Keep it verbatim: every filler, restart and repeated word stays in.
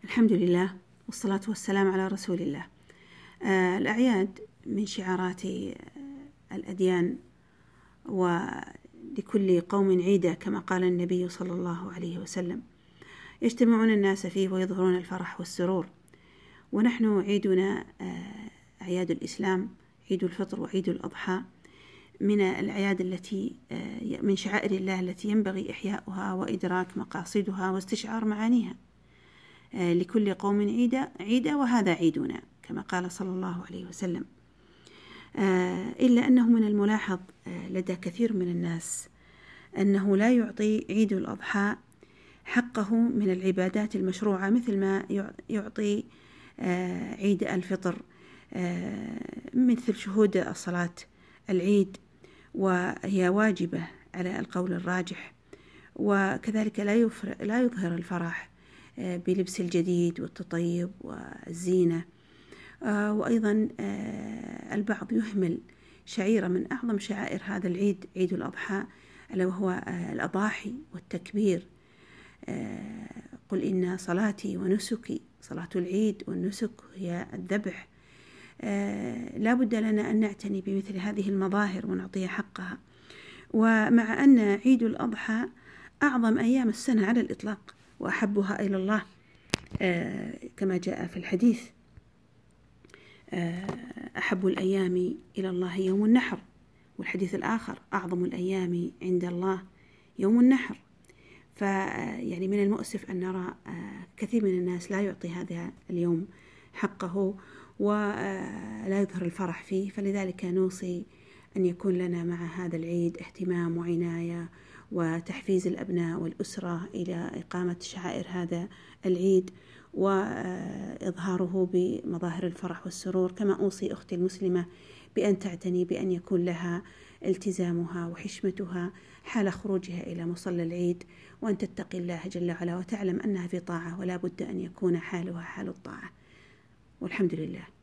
الحمد لله والصلاة والسلام على رسول الله. آه الأعياد من شعارات الأديان، ولكل قوم عيدة كما قال النبي صلى الله عليه وسلم، يجتمعون الناس فيه ويظهرون الفرح والسرور. ونحن عيدنا آه أعياد الإسلام، عيد الفطر وعيد الأضحى، من الأعياد التي آه من شعائر الله التي ينبغي إحياؤها وإدراك مقاصدها واستشعار معانيها. آه لكل قوم عيدة عيدة وهذا عيدنا كما قال صلى الله عليه وسلم. آه إلا أنه من الملاحظ آه لدى كثير من الناس أنه لا يعطي عيد الأضحى حقه من العبادات المشروعة مثل ما يعطي آه عيد الفطر، آه مثل شهود الصلاة العيد، وهي واجبة على القول الراجح. وكذلك لا لا يظهر الفرح بلبس الجديد والتطيب والزينة. وأيضا البعض يهمل شعيرة من أعظم شعائر هذا العيد، عيد الأضحى، ألا وهو الأضاحي والتكبير. قل إن صلاتي ونسكي، صلاة العيد والنسك هي الذبح. لا بد لنا أن نعتني بمثل هذه المظاهر ونعطيها حقها. ومع أن عيد الأضحى أعظم أيام السنة على الإطلاق وأحبها إلى الله كما جاء في الحديث: أحب الأيام إلى الله يوم النحر، والحديث الآخر: أعظم الأيام عند الله يوم النحر. فيعني من المؤسف أن نرى كثير من الناس لا يعطي هذا اليوم حقه ولا يظهر الفرح فيه. فلذلك نوصي أن يكون لنا مع هذا العيد اهتمام وعناية وتحفيز الأبناء والأسرة إلى إقامة شعائر هذا العيد وإظهاره بمظاهر الفرح والسرور. كما أوصي أختي المسلمة بأن تعتني بأن يكون لها التزامها وحشمتها حال خروجها إلى مصلى العيد، وأن تتقي الله جل وعلا وتعلم أنها في طاعة ولا بد أن يكون حالها حال الطاعة. والحمد لله.